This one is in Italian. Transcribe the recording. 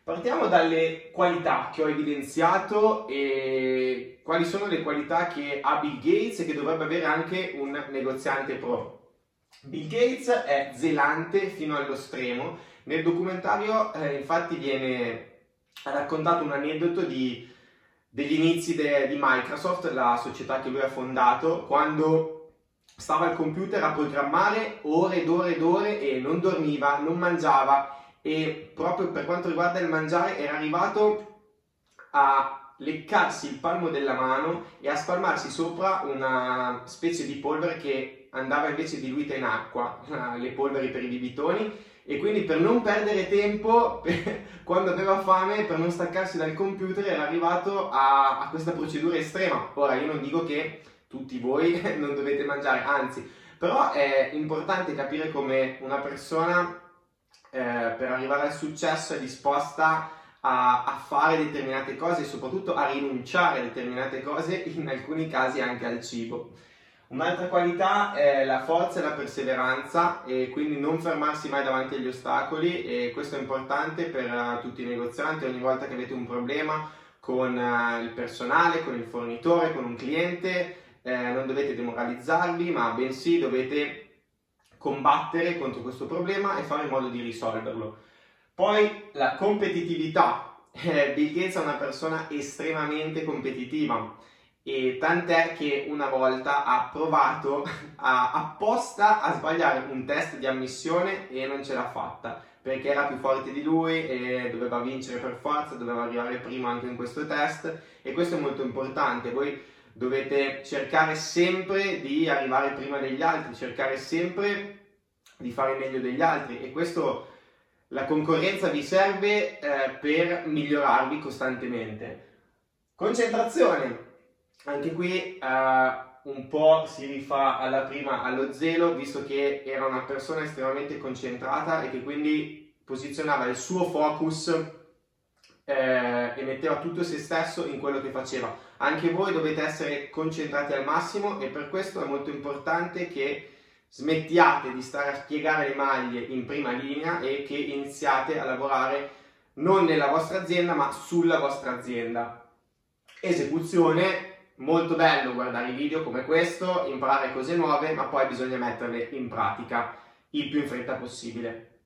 Partiamo dalle qualità che ho evidenziato e quali sono le qualità che ha Bill Gates e che dovrebbe avere anche un negoziante pro. Bill Gates è zelante fino allo stremo. Nel documentario infatti viene raccontato un aneddoto degli inizi di Microsoft, la società che lui ha fondato, quando stava al computer a programmare ore ed ore ed ore e non dormiva, non mangiava, e proprio per quanto riguarda il mangiare era arrivato a leccarsi il palmo della mano e a spalmarsi sopra una specie di polvere che andava invece diluita in acqua, le polveri per i bibitoni, e quindi per non perdere tempo, quando aveva fame, per non staccarsi dal computer, era arrivato a questa procedura estrema. Ora io non dico che tutti voi non dovete mangiare, anzi, però è importante capire come una persona per arrivare al successo è disposta a fare determinate cose e soprattutto a rinunciare a determinate cose, in alcuni casi anche al cibo. Un'altra qualità è la forza e la perseveranza, e quindi non fermarsi mai davanti agli ostacoli, e questo è importante per tutti i negozianti. Ogni volta che avete un problema con il personale, con il fornitore, con un cliente, non dovete demoralizzarvi, ma bensì dovete combattere contro questo problema e fare in modo di risolverlo. Poi la competitività. Bill Gates è una persona estremamente competitiva, e tant'è che una volta ha provato apposta a sbagliare un test di ammissione e non ce l'ha fatta, perché era più forte di lui e doveva vincere per forza, doveva arrivare prima anche in questo test, e questo è molto importante. Voi dovete cercare sempre di arrivare prima degli altri, cercare sempre di fare meglio degli altri, e questo, la concorrenza vi serve per migliorarvi costantemente. Concentrazione, anche qui un po' si rifà alla prima, allo zelo, visto che era una persona estremamente concentrata e che quindi posizionava il suo focus e metteva tutto se stesso in quello che faceva. Anche voi dovete essere concentrati al massimo, e per questo è molto importante che smettiate di stare a piegare le maglie in prima linea e che iniziate a lavorare non nella vostra azienda ma sulla vostra azienda. Esecuzione, molto bello guardare i video come questo, imparare cose nuove, ma poi bisogna metterle in pratica il più in fretta possibile.